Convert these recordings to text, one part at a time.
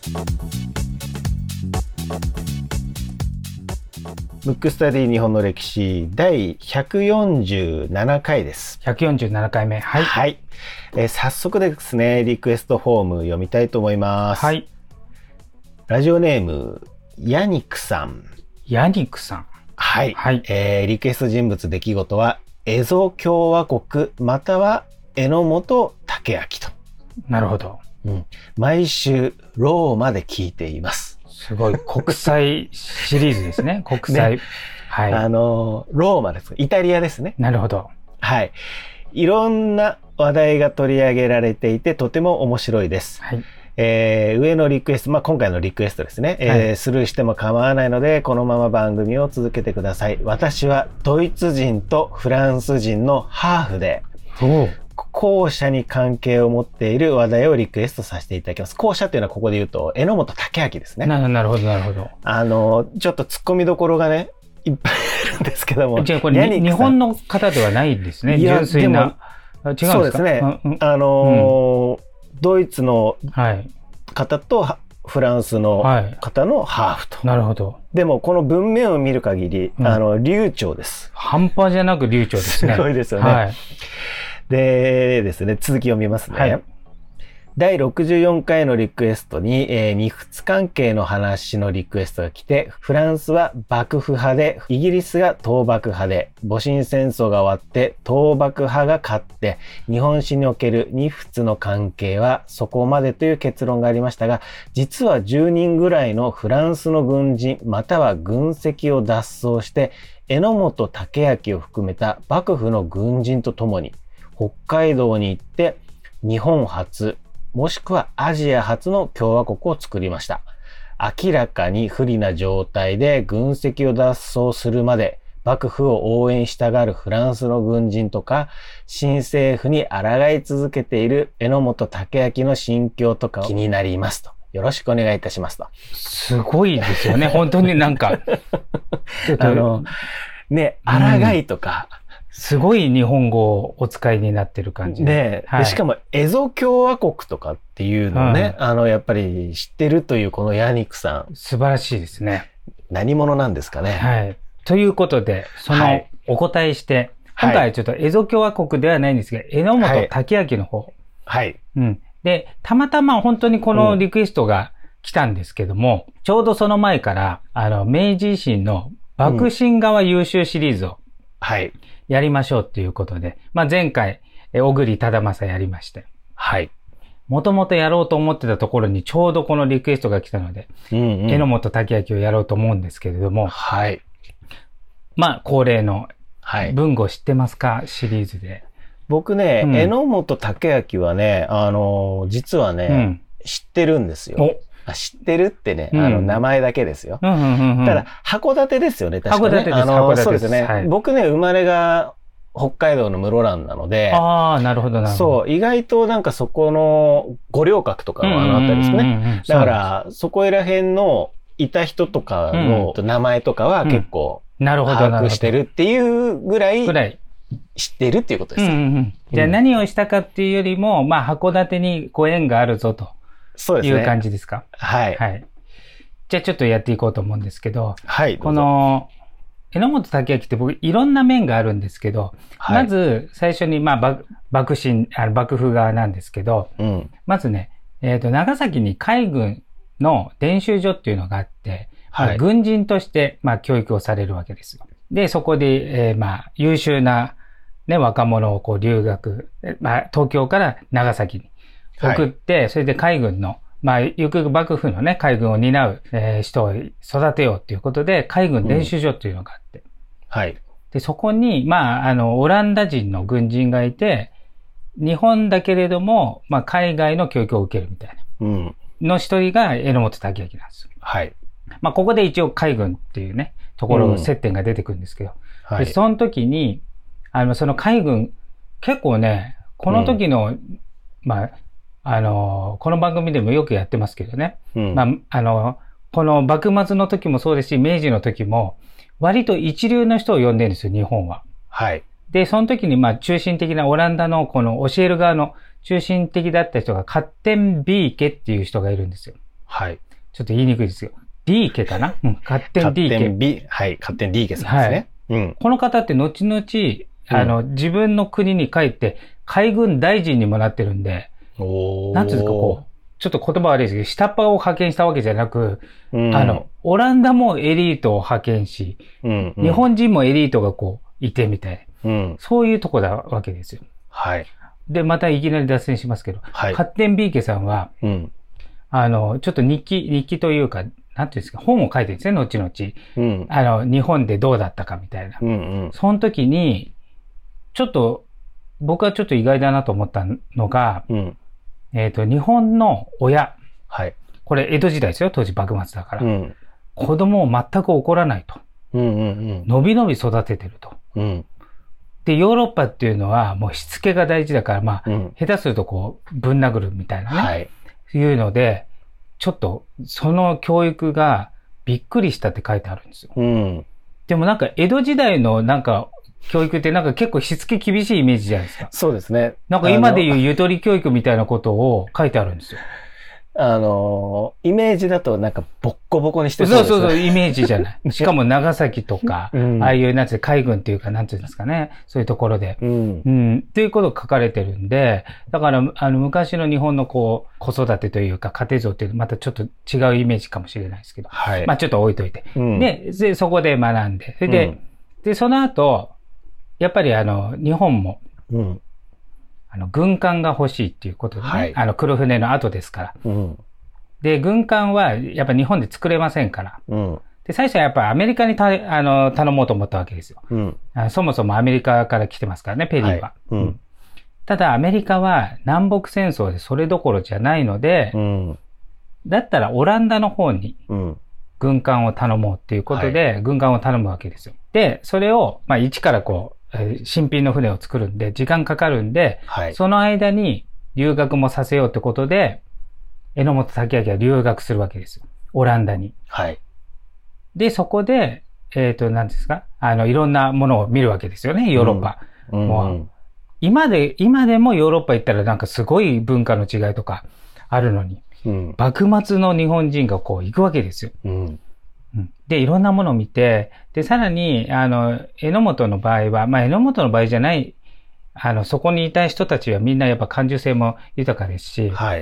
ブックスタディ日本の歴史第147回です。 147回目。はい。 はい。早速ですね、リクエストフォーム読みたいと思います。 はい。 ラジオネーム、ヤニクさん。 ヤニクさん。 はい。 はい。 リクエスト人物出来事は、蝦夷共和国または榎本武明と。 なるほど。 毎週ローマで聞いています。 すごい国際シリーズですね。国際。 ね、 はい。 ローマです。イタリアですね。 なるほど。 はい。いろんな話題が取り上げられていてとても面白いです。 はい。 上のリクエスト、今回のリクエストですね、スルーしても構わないので、このまま番組を続けてください。私はドイツ人とフランス人のハーフで、後者に関係を持っている話題をリクエストさせていただきます。後者っていうのはここで言うと、榎本武明ですね。 なるほど、なるほど。 ちょっと突っ込みどころがね、いっぱいあるんですけども。 じゃあこれ、日本の方ではないんですね。純粋な。違うんですか？ そうですね。ドイツの方とフランスの方のハーフと。 なるほど。 でもこの文面を見る限り、流暢です。 半端じゃなく流暢ですね。 すごいですよね。はい、でですね、続きを見ますね。はい、第64回のリクエストに、二仏関係の話のリクエストが来て、フランスは幕府派で、イギリスが倒幕派で、戊辰戦争が終わって倒幕派が勝って、日本史における二仏の関係はそこまでという結論がありましたが、実は10人ぐらいのフランスの軍人または軍籍を脱走して、榎本武明を含めた幕府の軍人と共に、北海道に行って、日本初、もしくはアジア初の共和国を作りました。明らかに不利な状態で軍籍を脱走するまで幕府を応援したがるフランスの軍人とか新政府に抗い続けている榎本武明の心境とか気になりますと。よろしくお願いいたしますと。 すごいですよね。本当になんか。 ね、抗いとか。 すごい日本語をお使いになってる感じで、はい、しかも蝦夷共和国とかっていうのをね、やっぱり知ってるというこのヤニクさん。 素晴らしいですね。 何者なんですかね。 はい。ということで、そのお答えして、今回はちょっと蝦夷共和国ではないんですが、榎本武明の方。 はい。 で、たまたま本当にこのリクエストが来たんですけども、ちょうどその前から、明治維新の幕臣側優秀シリーズを、 はい。 やりましょうっていうことで、前回、小栗忠正やりまして。 はい。 もともとやろうと思ってたところにちょうどこのリクエストが来たので、榎本武明をやろうと思うんですけれども、 はい。 恒例の、文語知ってますかシリーズで。 僕ね、榎本武明はね、実はね、知ってるんですよ。知ってるってね、名前だけですよ。ただ、函館ですよね、確かに、ね。 函館です。函館です。 そうですね。はい、僕ね、生まれが北海道の室蘭なので。 ああ、なるほど、なるほど。そう、意外となんかそこの五稜郭とかのあったりですね。だから、そこら辺のいた人とかの名前とかは結構、把握してるっていうぐらい、知ってるっていうことです。 じゃあ何をしたかっていうよりも、函館にご縁があるぞと。 そうですね。 いう感じですか？ はい。 はい。じゃあちょっとやっていこうと思うんですけど、 はい。 この、榎本武明って僕いろんな面があるんですけど、まず最初に幕府側なんですけど、まずね、長崎に海軍の練習所っていうのがあって、軍人として教育をされるわけですよ。で、そこで、優秀なね、若者をこう留学、東京から長崎に送って、それで海軍の、ゆくゆく幕府のね、海軍を担う、人を育てようということで、海軍練習所というのがあって。 はい。 で、そこに、オランダ人の軍人がいて、日本だけれども、海外の教育を受けるみたいな。の一人が榎本武明なんですよ。 はい。 ここで一応海軍っていうね、ところ、接点が出てくるんですけど。で、その時に、その海軍、結構ね、この時の、この番組でもよくやってますけどね。この幕末の時もそうですし、明治の時も、割と一流の人を呼んでるんですよ、日本は。 はい。 で、その時に中心的なオランダのこの教える側の中心的だった人がカッテンビーケっていう人がいるんですよ。 はい。 ちょっと言いにくいですよ。D 家かな、うん、勝手に D 家。 勝手に B、はい、勝手に D 家さんですね。 はい。うん、この方って後々、自分の国に帰って海軍大臣にもなってるんで、なんていうんですか、こう、ちょっと言葉悪いですけど、下っ端を派遣したわけじゃなく、オランダもエリートを派遣し、日本人もエリートがこう、いてみたいな、そういうとこだわけですよ。 はい。で、 またいきなり脱線しますけど、はい、勝手に B 家さんは、ちょっと日記というか、なんていうんですか、本を書いてるんですね、後々。日本でどうだったかみたいな。その時に、ちょっと、僕はちょっと意外だなと思ったのが、日本の親。はい。これ、江戸時代ですよ、当時幕末だから。子供を全く怒らないと。のびのび育ててると。で、ヨーロッパっていうのは、もうしつけが大事だから、まあ、下手するとこう、ぶん殴るみたいなね。はい。いうので、ちょっと、その教育がびっくりしたって書いてあるんですよ。でもなんか、江戸時代のなんか、教育ってなんか結構しつけ厳しいイメージじゃないですか。 そうですね。 なんか今でいうゆとり教育みたいなことを書いてあるんですよ。 イメージだとなんかボッコボコにしてそうですね。 そう、イメージじゃない。しかも長崎とか、ああいうなんて海軍っていうか、なんていうんですかね。そういうところで。っていうことが書かれてるんで、だから、昔の日本のこう、子育てというか、家庭像っていうまたちょっと違うイメージかもしれないですけど。はい。まあちょっと置いといて。で、そこで学んで。それで、その後、やっぱり日本も、軍艦が欲しいっていうことでね、はい、黒船の後ですから。で、軍艦はやっぱ日本で作れませんから。で、最初はやっぱアメリカに頼もうと思ったわけですよ。そもそもアメリカから来てますからね、ペリーは。ただアメリカは南北戦争でそれどころじゃないので、だったらオランダの方に軍艦を頼もうっていうことで、軍艦を頼むわけですよ。で、それを、まあ、一からこう、新品の船を作るんで、時間かかるんで、はい、その間に留学もさせようってことで、榎本武明は留学するわけですよ。オランダに。はい。で、そこで、何ですか？いろんなものを見るわけですよね、ヨーロッパ。もう今でもヨーロッパ行ったらなんかすごい文化の違いとかあるのに、幕末の日本人がこう行くわけですよ。で、いろんなものを見て、で、さらに、榎本の場合は、まあ、榎本の場合じゃない、そこにいた人たちはみんなやっぱ感受性も豊かですし、はい。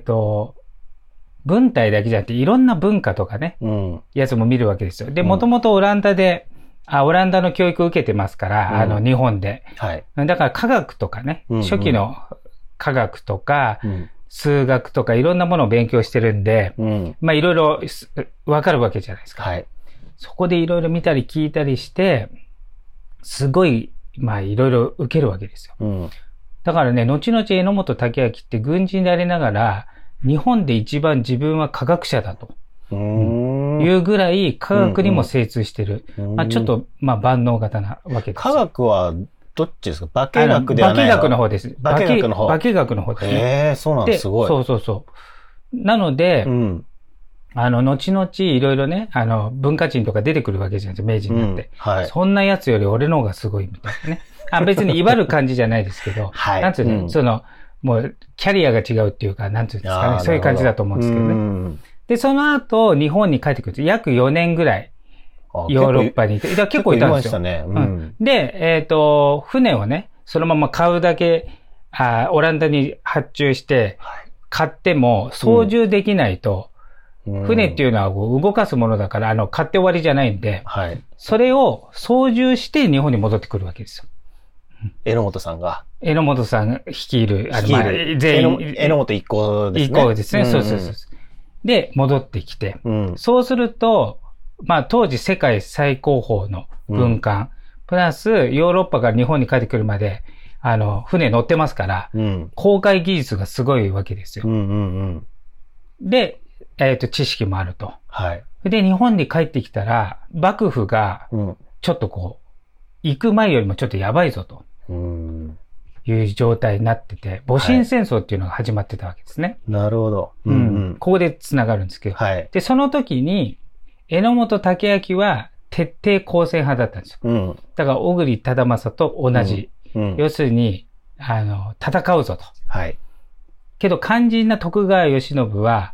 軍隊だけじゃなくて、いろんな文化とかね、やつも見るわけですよ。で、もともとオランダの教育を受けてますから、日本で。はい。だから科学とかね、初期の科学とか、数学とかいろんなものを勉強してるんで、まあいろいろわかるわけじゃないですか。はい。そこでいろいろ見たり聞いたりして、すごい、まあいろいろ受けるわけですよ。だからね、後々榎本武明って軍人でありながら、日本で一番自分は科学者だと。いうぐらい科学にも精通してる。まあちょっと、まあ万能型なわけです。 科学はどっちですか？化学ではないの？ 化学の方です。 化学の方。 化学の方ですね。 そうなんです。すごい。 そう。なので、後々いろいろね、文化人とか出てくるわけじゃないですか、明治になって。はい。そんなやつより俺の方がすごいみたいなね。別に威張る感じじゃないですけど、はい。なんつうの、もう、キャリアが違うっていうか、なんつうんですかね、そういう感じだと思うんですけどね。で、その後、日本に帰ってくると、約4年ぐらい、ヨーロッパにいて、結構いたんですよ。で、船をね、そのまま買うだけ、オランダに発注して、買っても操縦できないと、船っていうのは動かすものだから、買って終わりじゃないんで、それを操縦して日本に戻ってくるわけですよ。 榎本さんが。 榎本さん率いる、 全員。榎本一行ですね。 一行ですね。そう。で、戻ってきて、そうすると、まあ当時世界最高峰の軍艦、プラスヨーロッパから日本に帰ってくるまで、船乗ってますから、航海技術がすごいわけですよ。で、知識もあると。はい。で、日本に帰ってきたら、幕府が、ちょっとこう、行く前よりもちょっとやばいぞと。いう状態になってて、戊辰戦争っていうのが始まってたわけですね。 なるほど。 ここで繋がるんですけど。はい。で、その時に、榎本武明は徹底抗戦派だったんですよ。だから、小栗忠正と同じ。要するに、戦うぞと。はい。けど、肝心な徳川慶喜は、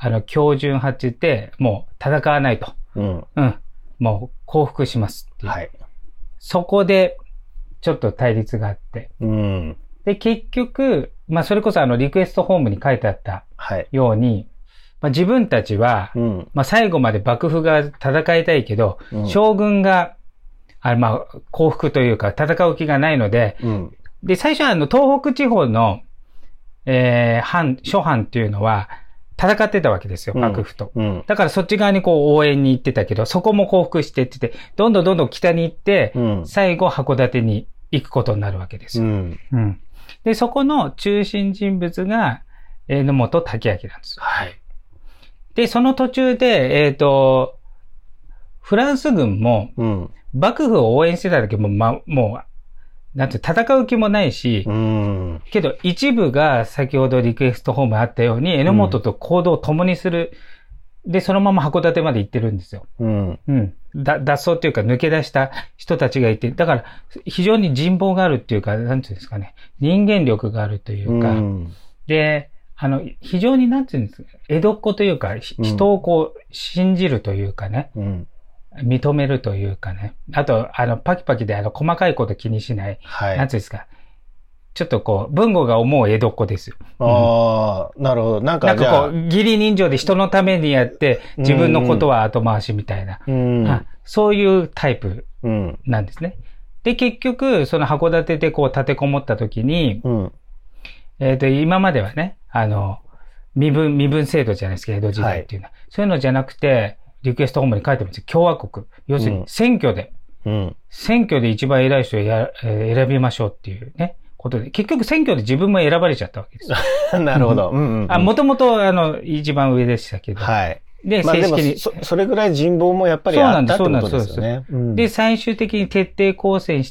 標準派って言って、もう戦わないと。もう降伏しますっていう。はい。そこで、ちょっと対立があって。で、結局、それこそリクエストホームに書いてあったように、自分たちは、最後まで幕府が戦いたいけど、将軍が、降伏というか戦う気がないので、で、最初は東北地方の、諸藩っていうのは、戦ってたわけですよ、幕府と。だからそっち側に応援に行ってたけど、そこも降伏してってて、どんどん北に行って、最後函館に行くことになるわけですよ。で、そこの中心人物が、榎本武明なんですよ。はい。で、その途中で、フランス軍も、幕府を応援してた時も、もう、なんて戦う気もないし、けど一部が先ほどリクエストホームあったように、榎本と行動を共にする。で、そのまま函館まで行ってるんですよ。脱走っていうか抜け出した人たちがいて、だから非常に人望があるっていうか、なんていうんですかね、人間力があるというか、で、非常になんていうんですか、江戸っ子というか、人を信じるというかね、認めるというかね。あと、パキパキで細かいこと気にしない。はい。なんていうんですか。ちょっと文豪が思う江戸っ子ですよ。 ああ、なるほど。なんか義理人情で人のためにやって、自分のことは後回しみたいな。そういうタイプなんですね。で、結局、その函館で立てこもった時に、今まではね、身分制度じゃないですか、江戸時代っていうのは。はい、そういうのじゃなくて、リクエストホームに書いてます。共和国。要するに選挙で、選挙で一番偉い人を選びましょうっていうね、ことで、結局選挙で自分も選ばれちゃったわけです。 なるほど。 もともと一番上でしたけど。はい。で、正式に。 それぐらい人望もやっぱりあったってことですよね。 で、最終的に徹底抗戦して、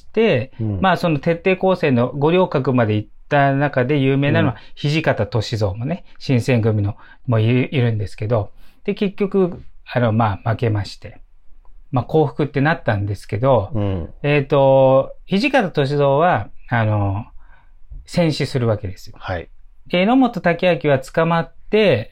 その徹底抗戦の五稜郭まで行った中で有名なのは、土方歳三もね、新選組のもいるんですけど、で、結局、負けまして。降伏ってなったんですけど、土方歳三は、戦死するわけですよ。はい。で、榎本武明は捕まって、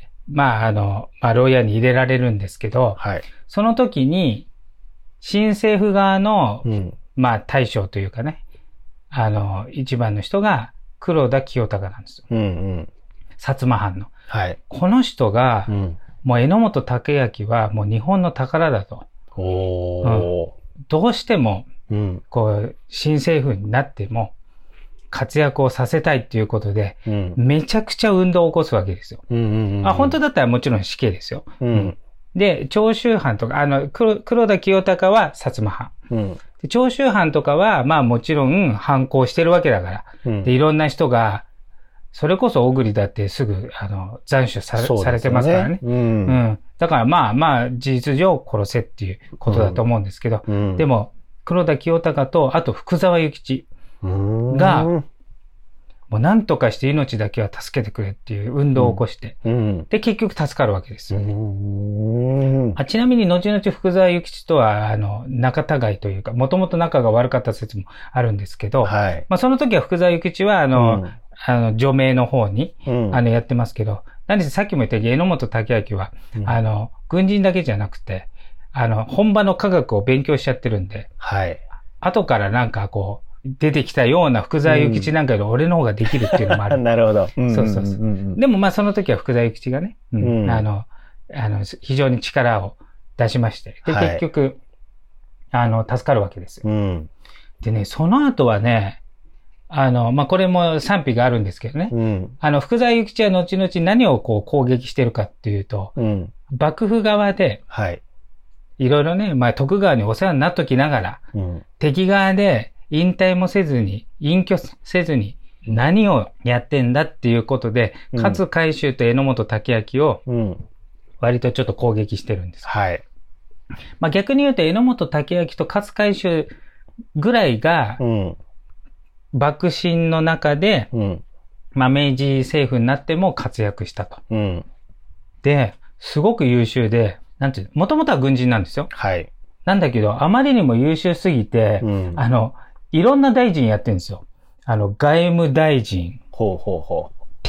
牢屋に入れられるんですけど、はい。その時に、新政府側の、大将というかね、一番の人が、黒田清隆なんですよ。薩摩藩の。はい。この人が、もう榎本武明はもう日本の宝だと。どうしても、新政府になっても活躍をさせたいっていうことで、めちゃくちゃ運動を起こすわけですよ。本当だったらもちろん死刑ですよ。で、長州藩とか、黒田清隆は薩摩藩。で長州藩とかは、もちろん反抗してるわけだから。で、いろんな人が、それこそ小栗だってすぐ、斬首されてますからね。だから事実上殺せっていうことだと思うんですけど、でも、黒田清隆と、あと福沢諭吉が、もう何とかして命だけは助けてくれっていう運動を起こして、で、結局助かるわけですよね。ちなみに後々福沢諭吉とは、仲違いというか、もともと仲が悪かった説もあるんですけど、その時は福沢諭吉は、除名の方に、やってますけど、何せさっきも言ったように榎本武明は、軍人だけじゃなくて、本場の科学を勉強しちゃってるんで、後から出てきたような福沢諭吉なんかより俺の方ができるっていうのもある。 なるほど。 でもその時は福沢諭吉がね、非常に力を出しまして、で、結局、助かるわけですよ。でね、その後はね、これも賛否があるんですけどね。福沢諭吉は後々何を攻撃してるかっていうと、幕府側で、いろいろね、徳川にお世話になっときながら、敵側で引退もせずに、隠居せずに、何をやってんだっていうことで、勝海舟と榎本武明を、割とちょっと攻撃してるんです。逆に言うと、榎本武明と勝海舟ぐらいが、幕臣の中で、明治政府になっても活躍したと。で、すごく優秀で、もともとは軍人なんですよ。なんだけど、あまりにも優秀すぎて、いろんな大臣やってるんですよ。外務大臣、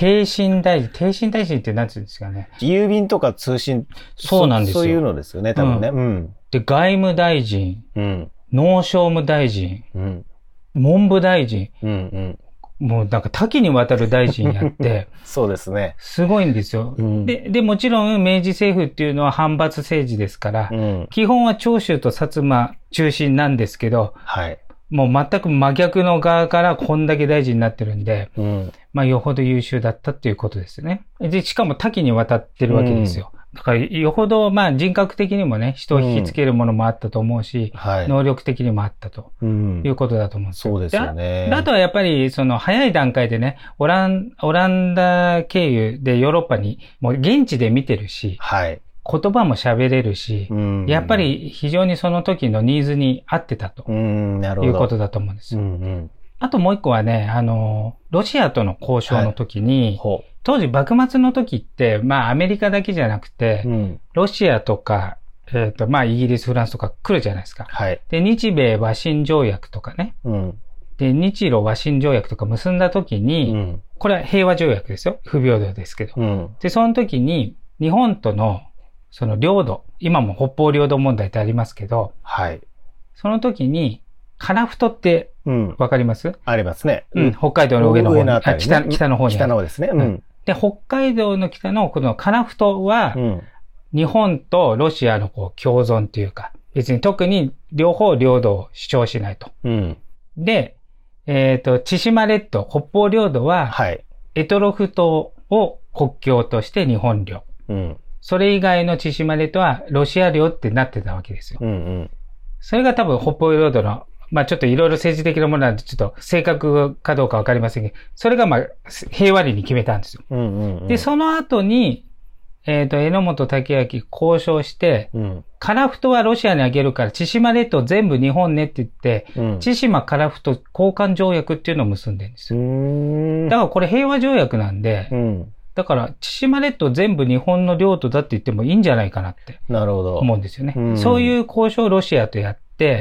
帝信大臣って何て言うんですかね。 郵便とか通信。 そうなんですよ。 そういうのですよね、多分ね。うん。 で、外務大臣、農商務大臣、文部大臣、もうなんか多岐にわたる大臣やって、 そうですね。 すごいんですよ。で、もちろん明治政府っていうのは反発政治ですから、基本は長州と薩摩中心なんですけど、もう全く真逆の側からこんだけ大臣になってるんで、まあよほど優秀だったっていうことですね。で、しかも多岐にわたってるわけですよ。だからよほどまあ人格的にもね、人を引きつけるものもあったと思うし、能力的にもあったということだと思うんですよ。 そうですよね。 あとはやっぱりその早い段階でね、オランダ経由でヨーロッパにもう現地で見てるし、言葉も喋れるし、やっぱり非常にその時のニーズに合ってたということだと思うんですよ。あともう一個はね、ロシアとの交渉の時に、当時幕末の時って、まあアメリカだけじゃなくて、ロシアとか、まあイギリス、フランスとか来るじゃないですか。で、日米和親条約とかね。で、日露和親条約とか結んだ時に、これは平和条約ですよ。不平等ですけど。で、その時に日本とのその領土、今も北方領土問題ってありますけど、その時に、樺太ってわかります？ ありますね。 北海道の上の方に、北の方に。 北の方ですね。 で、北海道の北のこの樺太は、日本とロシアのこう共存というか、別に特に両方領土を主張しないと。で、千島列島、北方領土は、択捉島を国境として日本領。それ以外の千島列島はロシア領ってなってたわけですよ。それが多分北方領土の、まあちょっといろいろ政治的なものなんでちょっと正確かどうかわかりませんけど、それがまあ平和裏に決めたんですよ。で、その後に、榎本武明交渉して、樺太はロシアにあげるから、千島列島全部日本ねって言って、千島樺太交換条約っていうのを結んでるんですよ。だからこれ平和条約なんで、だから、千島列島全部日本の領土だって言ってもいいんじゃないかなって思うんですよね。そういう交渉をロシアとやって、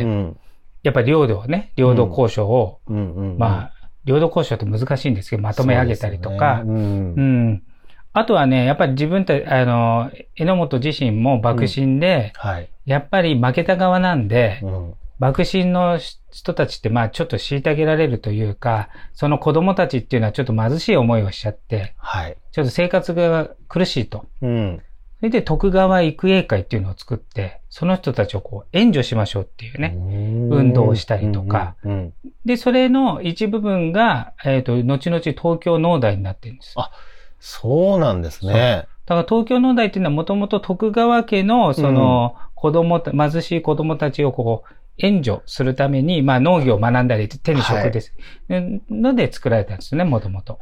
やっぱり領土をね、領土交渉を、まあ、領土交渉って難しいんですけど、まとめ上げたりとか、あとはね、やっぱり自分たち、榎本自身も幕臣で、やっぱり負けた側なんで、幕臣の人たちってまあちょっと虐げられるというか、その子供たちっていうのはちょっと貧しい思いをしちゃって、ちょっと生活が苦しいと。それで徳川育英会っていうのを作って、その人たちをこう援助しましょうっていうね、運動をしたりとか。で、それの一部分が、後々東京農大になってるんです。 あ、そうなんですね。 だから東京農大っていうのはもともと徳川家のその貧しい子供たちをこう、援助するために、まあ農業を学んだり、手に職です。ので作られたんですよね、もともと。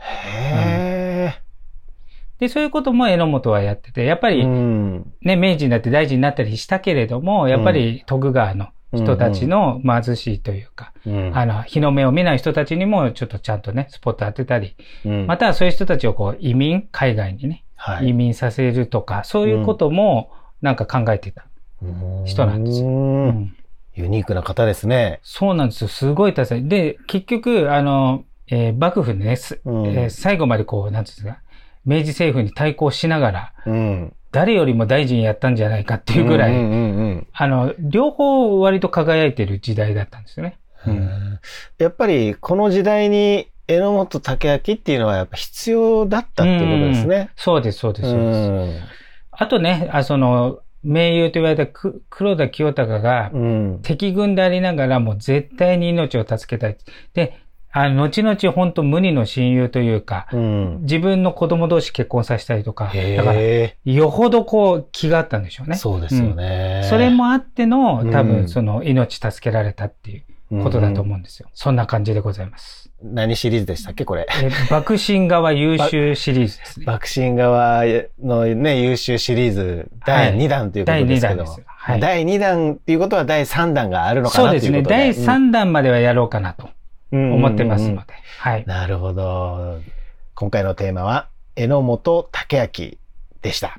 で、そういうことも榎本はやってて、やっぱり、ね、明治になって大臣になったりしたけれども、やっぱり徳川の人たちの貧しいというか、日の目を見ない人たちにもちょっとちゃんとね、スポット当てたり、またはそういう人たちをこう海外にね、移民させるとか、そういうこともなんか考えてた人なんですよ。 ユニークな方ですね。 そうなんですよ。すごい多彩。で、結局、幕府ね、最後までこう、なんていうんですか、明治政府に対抗しながら、誰よりも大臣やったんじゃないかっていうぐらい、両方割と輝いてる時代だったんですよね。 やっぱりこの時代に榎本武明っていうのはやっぱ必要だったっていうことですね。 そうです、そうです、そうです。あとね、盟友と言われた黒田清隆が、敵軍でありながらも絶対に命を助けたい。で、後々本当無二の親友というか、自分の子供同士結婚させたりとか、だから、よほどこう気があったんでしょうね。 そうですよね。 それもあっての、多分その命助けられたっていうことだと思うんですよ。そんな感じでございます。 何シリーズでしたっけこれ。 幕臣側優秀シリーズですね。 幕臣側のね、優秀シリーズ第2弾ということですけど。第2弾っていうことは第3弾があるのかなということで。 そうですね。第3弾まではやろうかなと思ってますので。はい。 なるほど。今回のテーマは、榎本武明でした。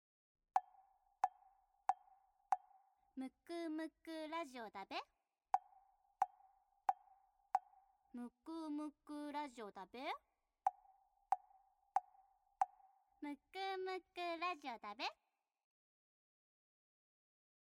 むくむくラジオだべ。むくむくラジオだべ。 むくむくラジオだべ。